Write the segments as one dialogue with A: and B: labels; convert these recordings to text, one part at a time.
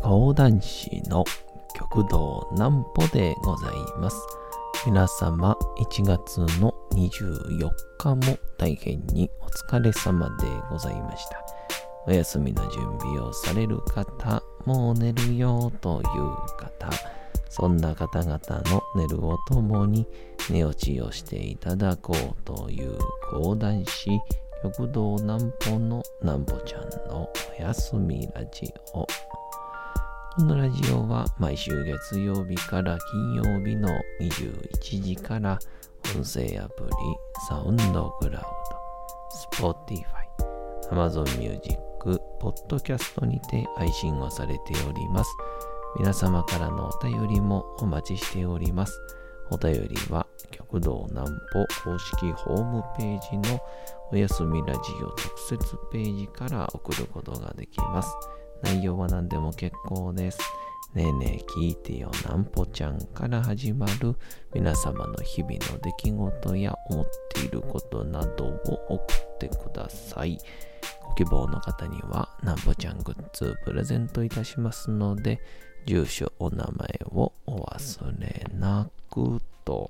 A: 講談師の極道南歩でございます。皆様1月の24日も大変にお疲れ様でございました。お休みの準備をされる方、もう寝るよという方、そんな方々の寝るをともに寝落ちをしていただこうという講談師極道南歩の南歩ちゃんのお休みラジオ。このラジオは毎週月曜日から金曜日の21時から音声アプリサウンドクラウド、Spotify、Amazon Music、ポッドキャストにて配信をされております。皆様からのお便りもお待ちしております。お便りは極道南歩公式ホームページのおやすみラジオ特設ページから送ることができます。内容は何でも結構です。ねえねえ聞いてよ南歩ちゃんから始まる皆様の日々の出来事や思っていることなどを送ってください。ご希望の方には南歩ちゃんグッズプレゼントいたしますので、住所お名前をお忘れなくと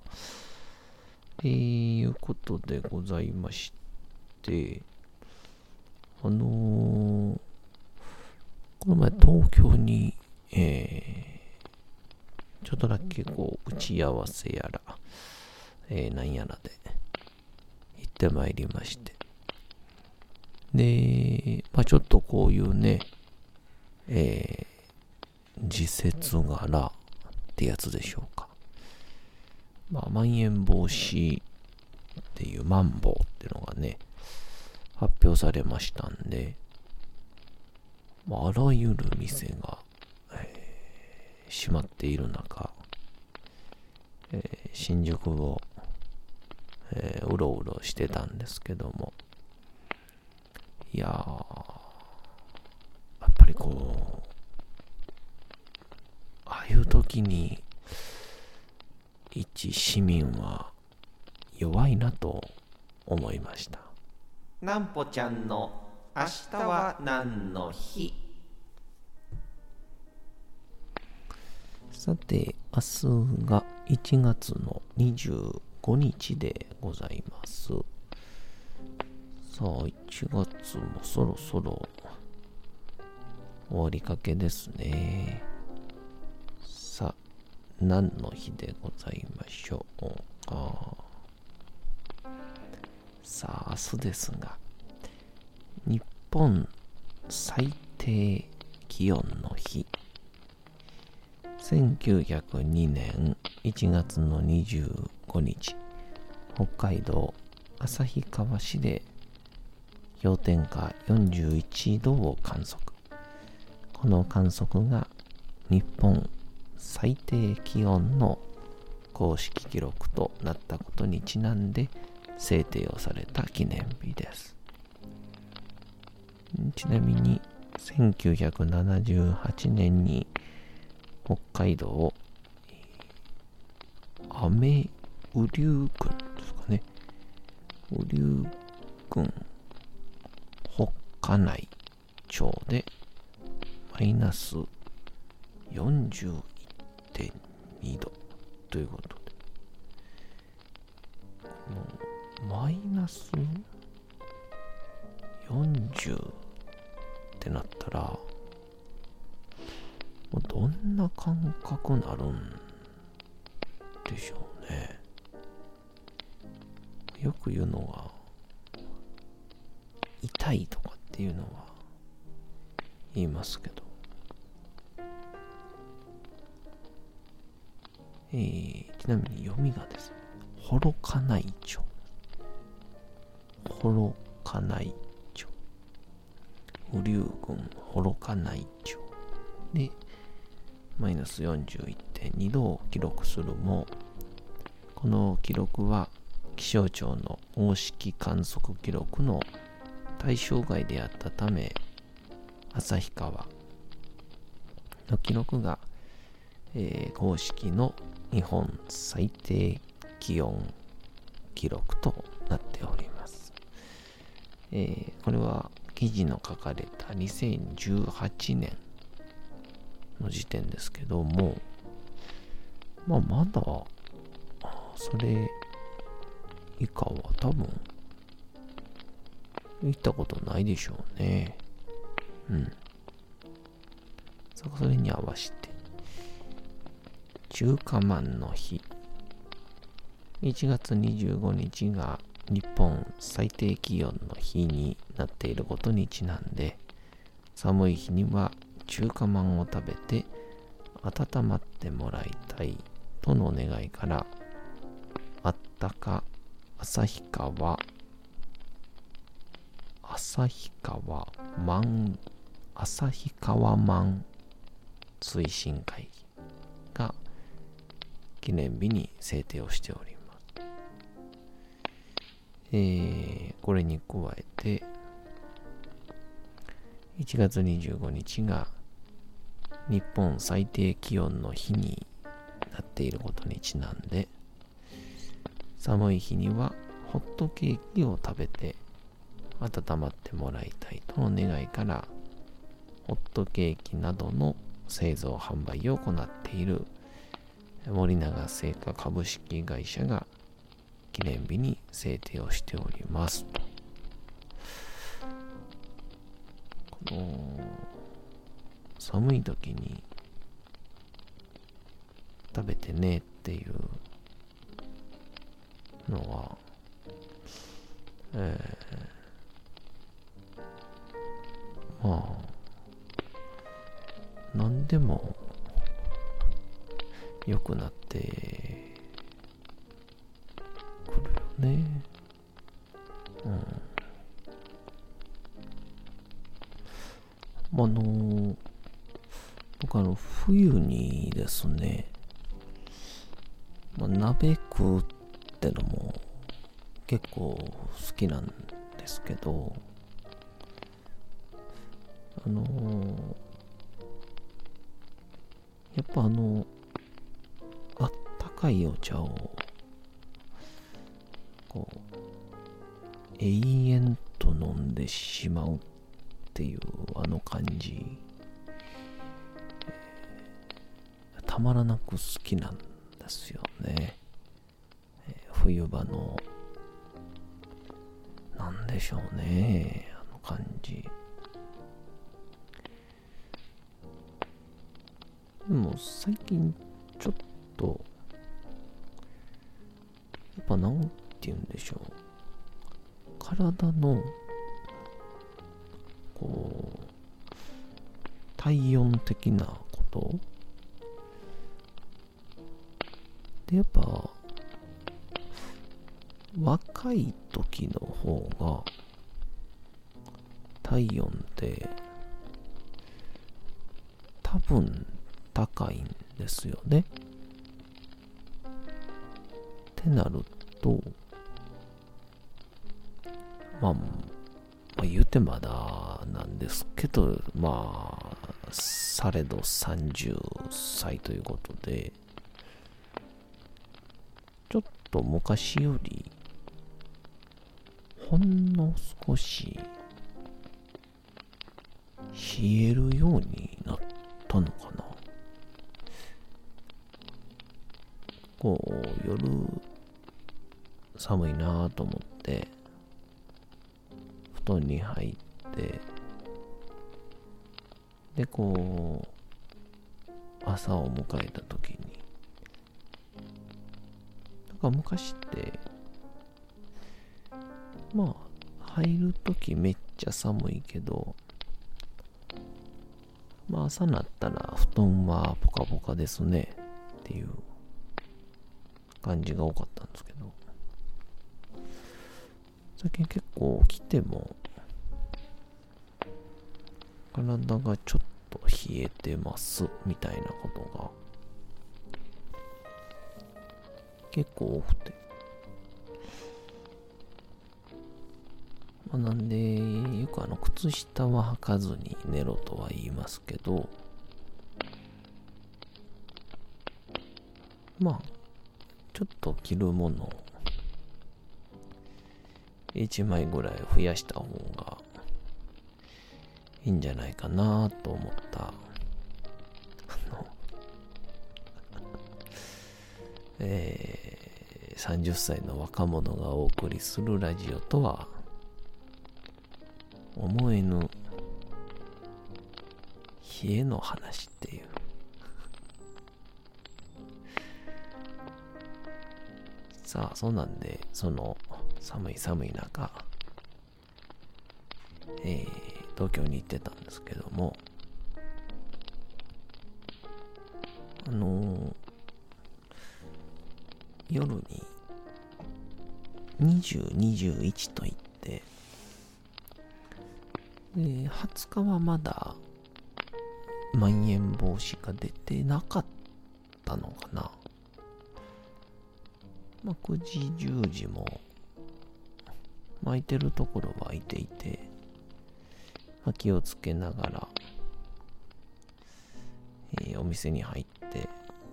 A: いうことでございまして、この前東京に、ちょっとだけ打ち合わせやら、なんやらで行ってまいりまして、で、ちょっとこういうね、時節柄ってやつでしょうか。まん延防止っていうマンボウっていうのがね、発表されましたんで、あらゆる店が、閉まっている中、新宿を、うろうろしてたんですけども、いやー、やっぱりああいう時に一市民は弱いなと思いました。南歩ちゃんの明日は何の日。さて、明日が1月の25日でございます。さあ、1月もそろそろ終わりかけですね。さあ、何の日でございましょうか。さあ、明日ですが、日本最低気温の日。1902年1月の25日、北海道旭川市で氷点下41度を観測。この観測が日本最低気温の公式記録となったことにちなんで制定をされた記念日です。ちなみに1978年に北海道雨雨竜郡ですかね、雨竜郡北内町でマイナス 41.2 度ということで、このマイナス40ってなったらどんな感覚になるんでしょうね。よく言うのは痛いとかっていうのは言いますけど、ちなみに読みがですね、幌加内町、幌加内町、雨竜郡幌加内町でマイナス 41.2 度を記録するも、この記録は気象庁の公式観測記録の対象外であったため、旭川の記録が、公式の日本最低気温記録となっております。これは記事の書かれた2018年の時点ですけども、まだそれ以下は多分行ったことないでしょうね。それに合わせて中華まんの日、1月25日が日本最低気温の日になっていることにちなんで、寒い日には中華まんを食べて温まってもらいたいとの願いから、あったか旭川まん推進会議が記念日に制定をしております。これに加えて1月25日が日本最低気温の日になっていることにちなんで、寒い日にはホットケーキを食べて温まってもらいたいとの願いから、ホットケーキなどの製造販売を行っている森永製菓株式会社が記念日に制定をしておりますと。この寒い時に食べてねっていうのは、何でも良くなってくるよね。僕冬にですね、鍋食うってのも結構好きなんですけど、やっぱあったかいお茶をこう永遠と飲んでしまうっていう感じ、たまらなく好きなんですよね。冬場のなんでしょうね、感じ。でも最近ちょっとやっぱなんて言うんでしょう、体のこう体温的なことで、やっぱ若い時の方が体温って多分高いんですよね。ってなると、言うてまだなんですけど、されど30歳ということで、ちょっと昔よりほんの少し冷えるようになったのかな。夜寒いなと思って布団に入って、で朝を迎えた時に、昔って入る時めっちゃ寒いけど、朝になったら布団はポカポカですねっていう感じが多かったんですけど、最近結構起きても体がちょっと冷えてますみたいなことが結構多くて、なんでよく靴下は履かずに寝ろとは言いますけど、ちょっと着るものを1枚ぐらい増やした方がいいんじゃないかなと思った 30歳の若者がお送りするラジオとは思えぬ冷えの話っていう。さあ、そうなんで、その寒い中、東京に行ってたんですけども、夜に20、21と言って、で、20日はまだまん延防止が出てなかったのかな。9時、10時も空いてるところは空いていて、気をつけながら、お店に入って、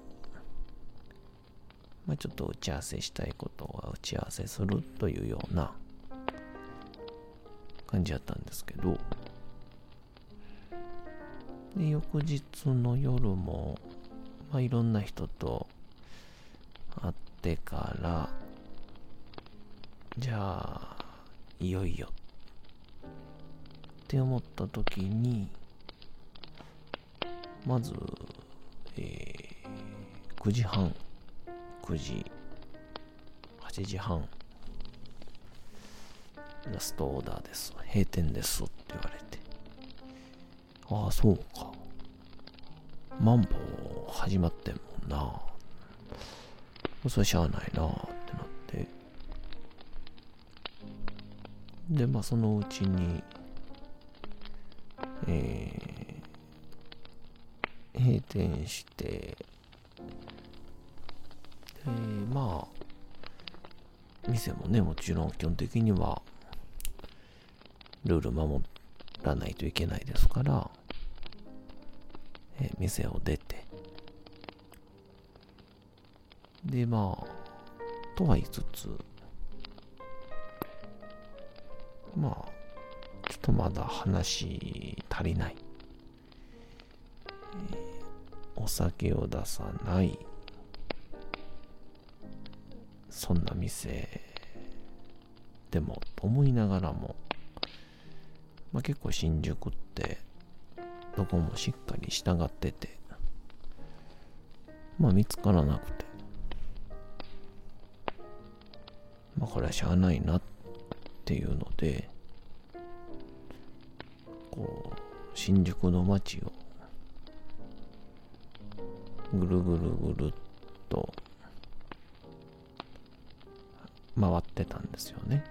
A: ちょっと打ち合わせしたいことは打ち合わせするというような感じだったんですけど、で翌日の夜も、いろんな人と会ってから、じゃあいよいよって思った時に、まず、9時半、9時、8時半、ラストオーダーです。閉店ですって言われて。ああ、そうか。マンボウ始まってんもんな。それしゃあないなってなって。で、そのうちに、閉店して、店もね、もちろん基本的にはルール守らないといけないですから、店を出て、で、とは言いつつ、ちょっとまだ話足りない。お酒を出さない、そんな店でもと思いながらも、結構新宿ってどこもしっかり従ってて、見つからなくて、これはしゃあないなっていうので、新宿の街をぐるぐるぐるっと回ってたんですよね。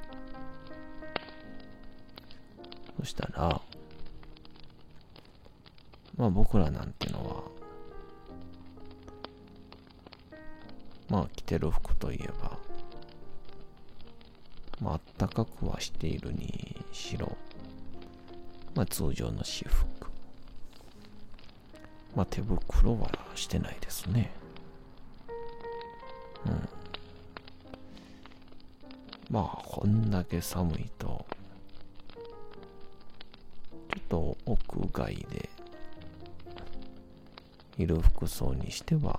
A: そしたら、僕らなんてのは、着てる服といえば、あったかくはしているにしろ、通常の私服。手袋はしてないですね。こんだけ寒いと、ちょっと屋外でいる服装にしては、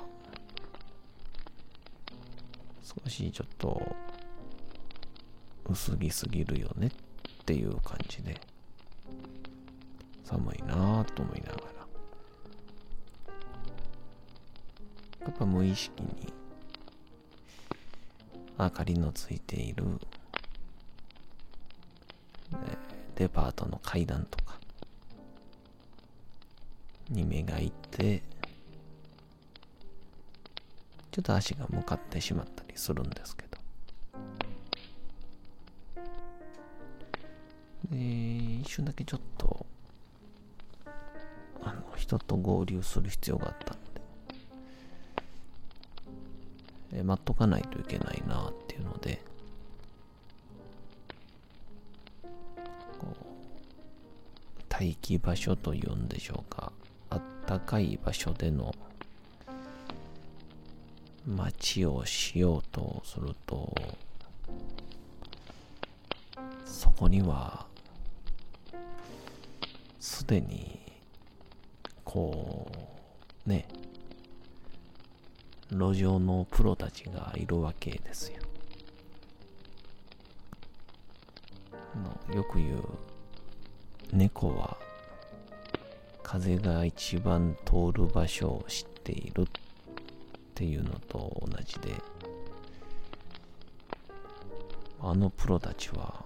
A: 少しちょっと薄着すぎるよねっていう感じで、寒いなぁと思いながら、やっぱ無意識に明かりのついている、デパートの階段とかに目がいって、ちょっと足が向かってしまったりするんですけど、一瞬だけちょっと人と合流する必要があったので、待っとかないといけないなっていうので、待機場所というんでしょうか、あったかい場所での待ちをしようとすると、そこにはすでに路上のプロたちがいるわけですよ。よく言う猫は風が一番通る場所を知っているっていうのと同じで、あのプロたちは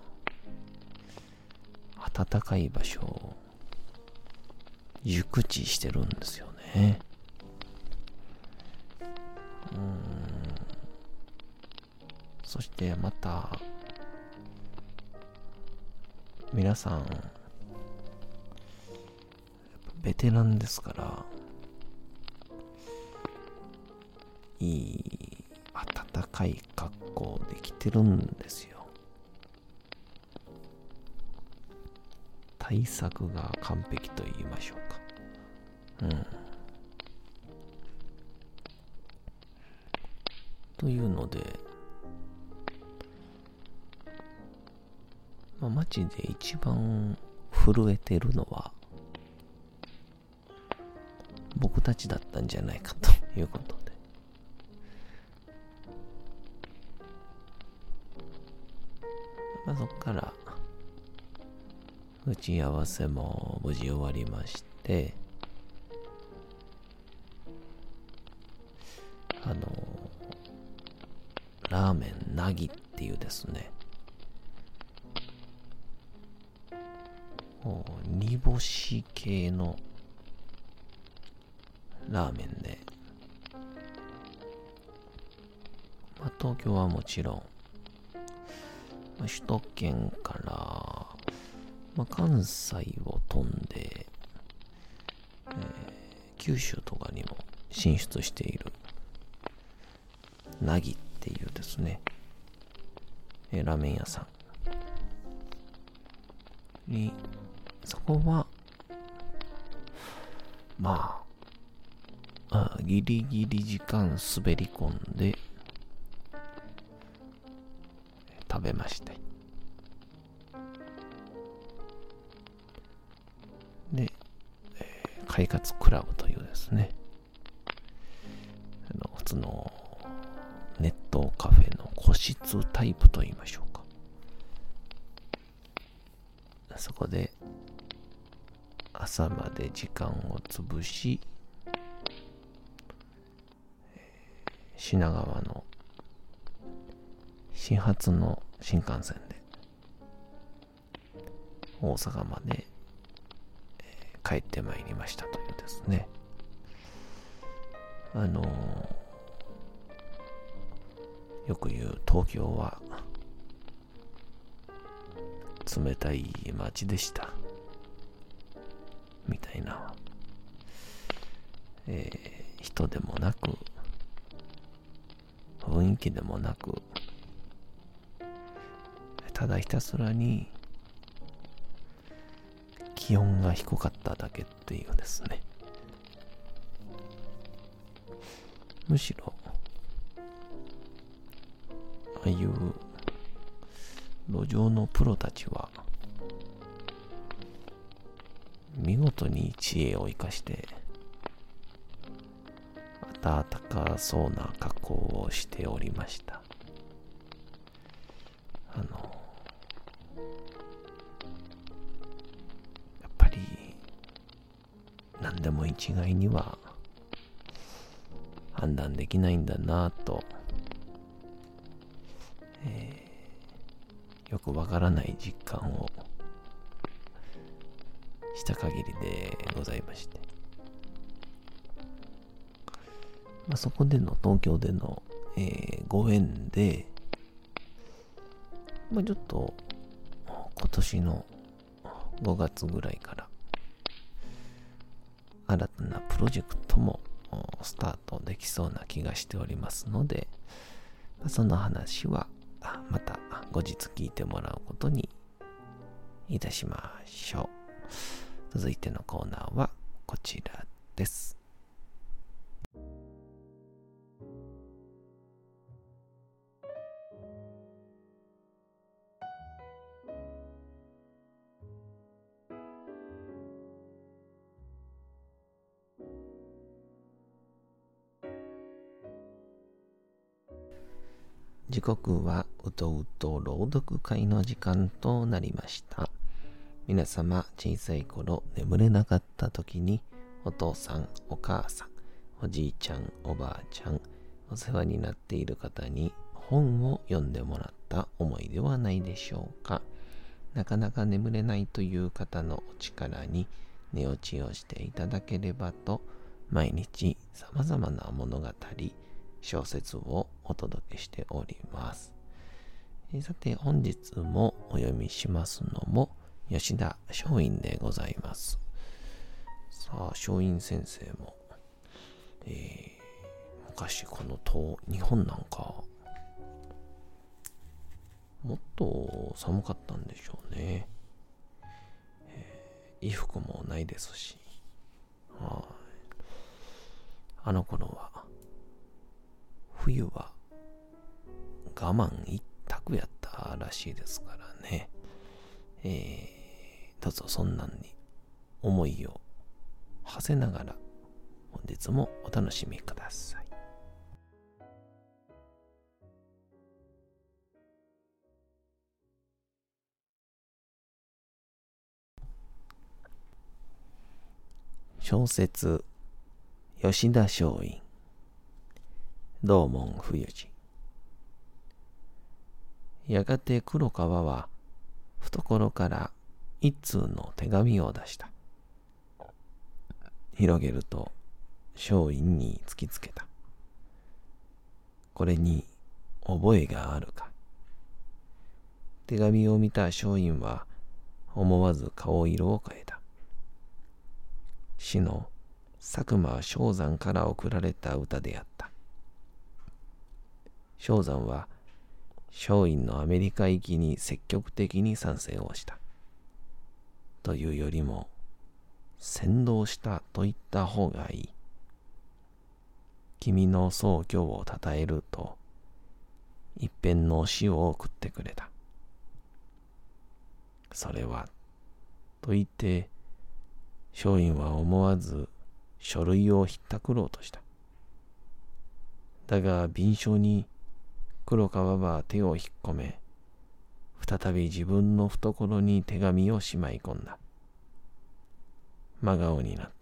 A: 暖かい場所を熟知してるんですよね。そしてまた皆さんベテランですから、いい暖かい格好できてるんですよ。対策が完璧と言いましょうか。というので、街で一番震えてるのは僕たちだったんじゃないかということで、そこから打ち合わせも無事終わりまして、ラーメンなぎっていうですね、煮干し系のラーメンで、東京はもちろん、首都圏から、関西を飛んで、九州とかにも進出しているなぎっていうですね、ラーメン屋さんに、そこはギリギリ時間滑り込んで食べまして、で、快活クラブというですね、普通のネットカフェの個室タイプと言いましょうか。そこで朝まで時間を潰し、品川の始発の新幹線で大阪まで帰ってまいりましたというですね、よく言う東京は冷たい街でしたみたいな、人でもなく雰囲気でもなく、ただひたすらに気温が低かっただけっていうですね。むしろああいう路上のプロたちは見事に知恵を生かして暖かそうな格好をしておりました。やっぱり何でも一概には判断できないんだなと、よくわからない実感をした限りでございまして、そこでの東京での、ご縁で、ちょっと今年の5月ぐらいから新たなプロジェクトもスタートできそうな気がしておりますので、その話はまた後日聞いてもらうことにいたしましょう。続いてのコーナーはこちらです。 時刻はうとうと朗読会の時間となりました。皆様、小さい頃眠れなかった時にお父さん、お母さん、おじいちゃん、おばあちゃん、お世話になっている方に本を読んでもらった思いではないでしょうか。なかなか眠れないという方のお力に寝落ちをしていただければと、毎日様々な物語、小説をお届けしております。さて本日もお読みしますのも吉田松陰でございます。さあ、松陰先生も、昔この日本なんかもっと寒かったんでしょうね。衣服もないですし、あの頃は冬は我慢一択やったらしいですからね。どうぞそんなんに思いを馳せながら本日もお楽しみください。小説吉田松陰道門冬治。やがて黒川は懐から一通の手紙を出した。広げると松陰に突きつけた。これに覚えがあるか。手紙を見た松陰は思わず顔色を変えた。詩の佐久間象山から送られた歌であった。象山は松陰のアメリカ行きに積極的に賛成をした。というよりも先導したと言った方がいい。君の宗教をたたえると一編の詩を送ってくれた。それはと言って松陰は思わず書類をひったくろうとした。だが便書に黒川は手を引っ込め、再び自分の懐に手紙をしまい込んだ。真顔になった。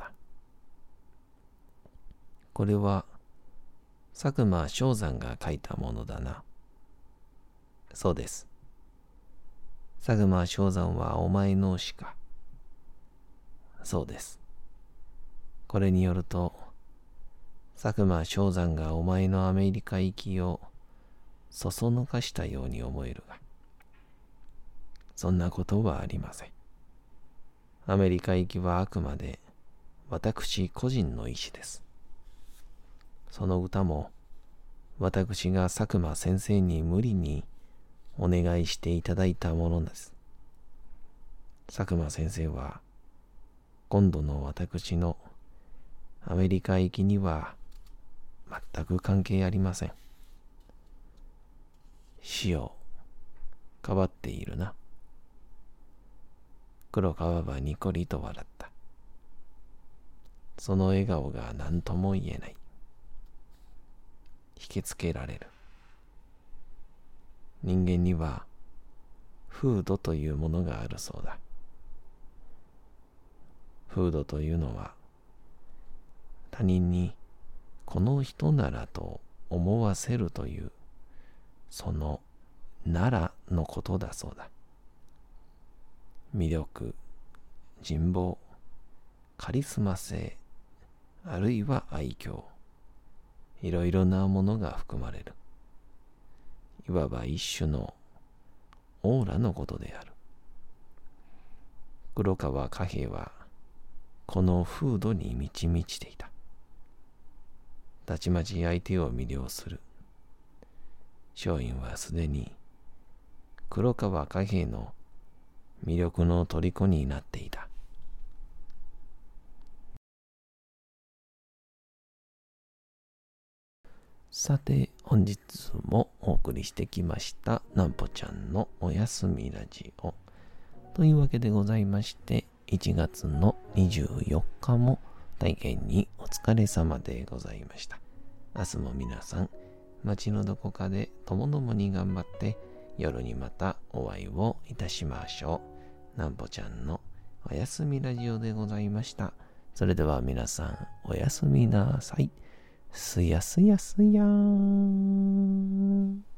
A: これは佐久間象山が書いたものだな。そうです。佐久間象山はお前の詩か。そうです。これによると、佐久間象山がお前のアメリカ行きをそそのかしたように思えるが、そんなことはありません。アメリカ行きはあくまで私個人の意思です。その歌も私が佐久間先生に無理にお願いしていただいたものです。佐久間先生は今度の私のアメリカ行きには全く関係ありません。死をかばっているな。黒川はにこりと笑った。その笑顔が何とも言えない。引きつけられる。人間には風土というものがあるそうだ。風土というのは他人にこの人ならと思わせるというそのならのことだそうだ。魅力、人望、カリスマ性、あるいは愛嬌、いろいろなものが含まれる。いわば一種のオーラのことである。黒川貨幣はこの風土に満ち満ちていた。たちまち相手を魅了する。松陰はすでに黒川貨幣の魅力の虜になっていた。さて本日もお送りしてきましたなんぽちゃんのおやすみラジオというわけでございまして、1月の24日も大変にお疲れ様でございました。明日も皆さん街のどこかでともどもに頑張って夜にまたお会いをいたしましょう。なんぽちゃんのおやすみラジオでございました。それでは皆さんおやすみなさい。すやすやすやーん。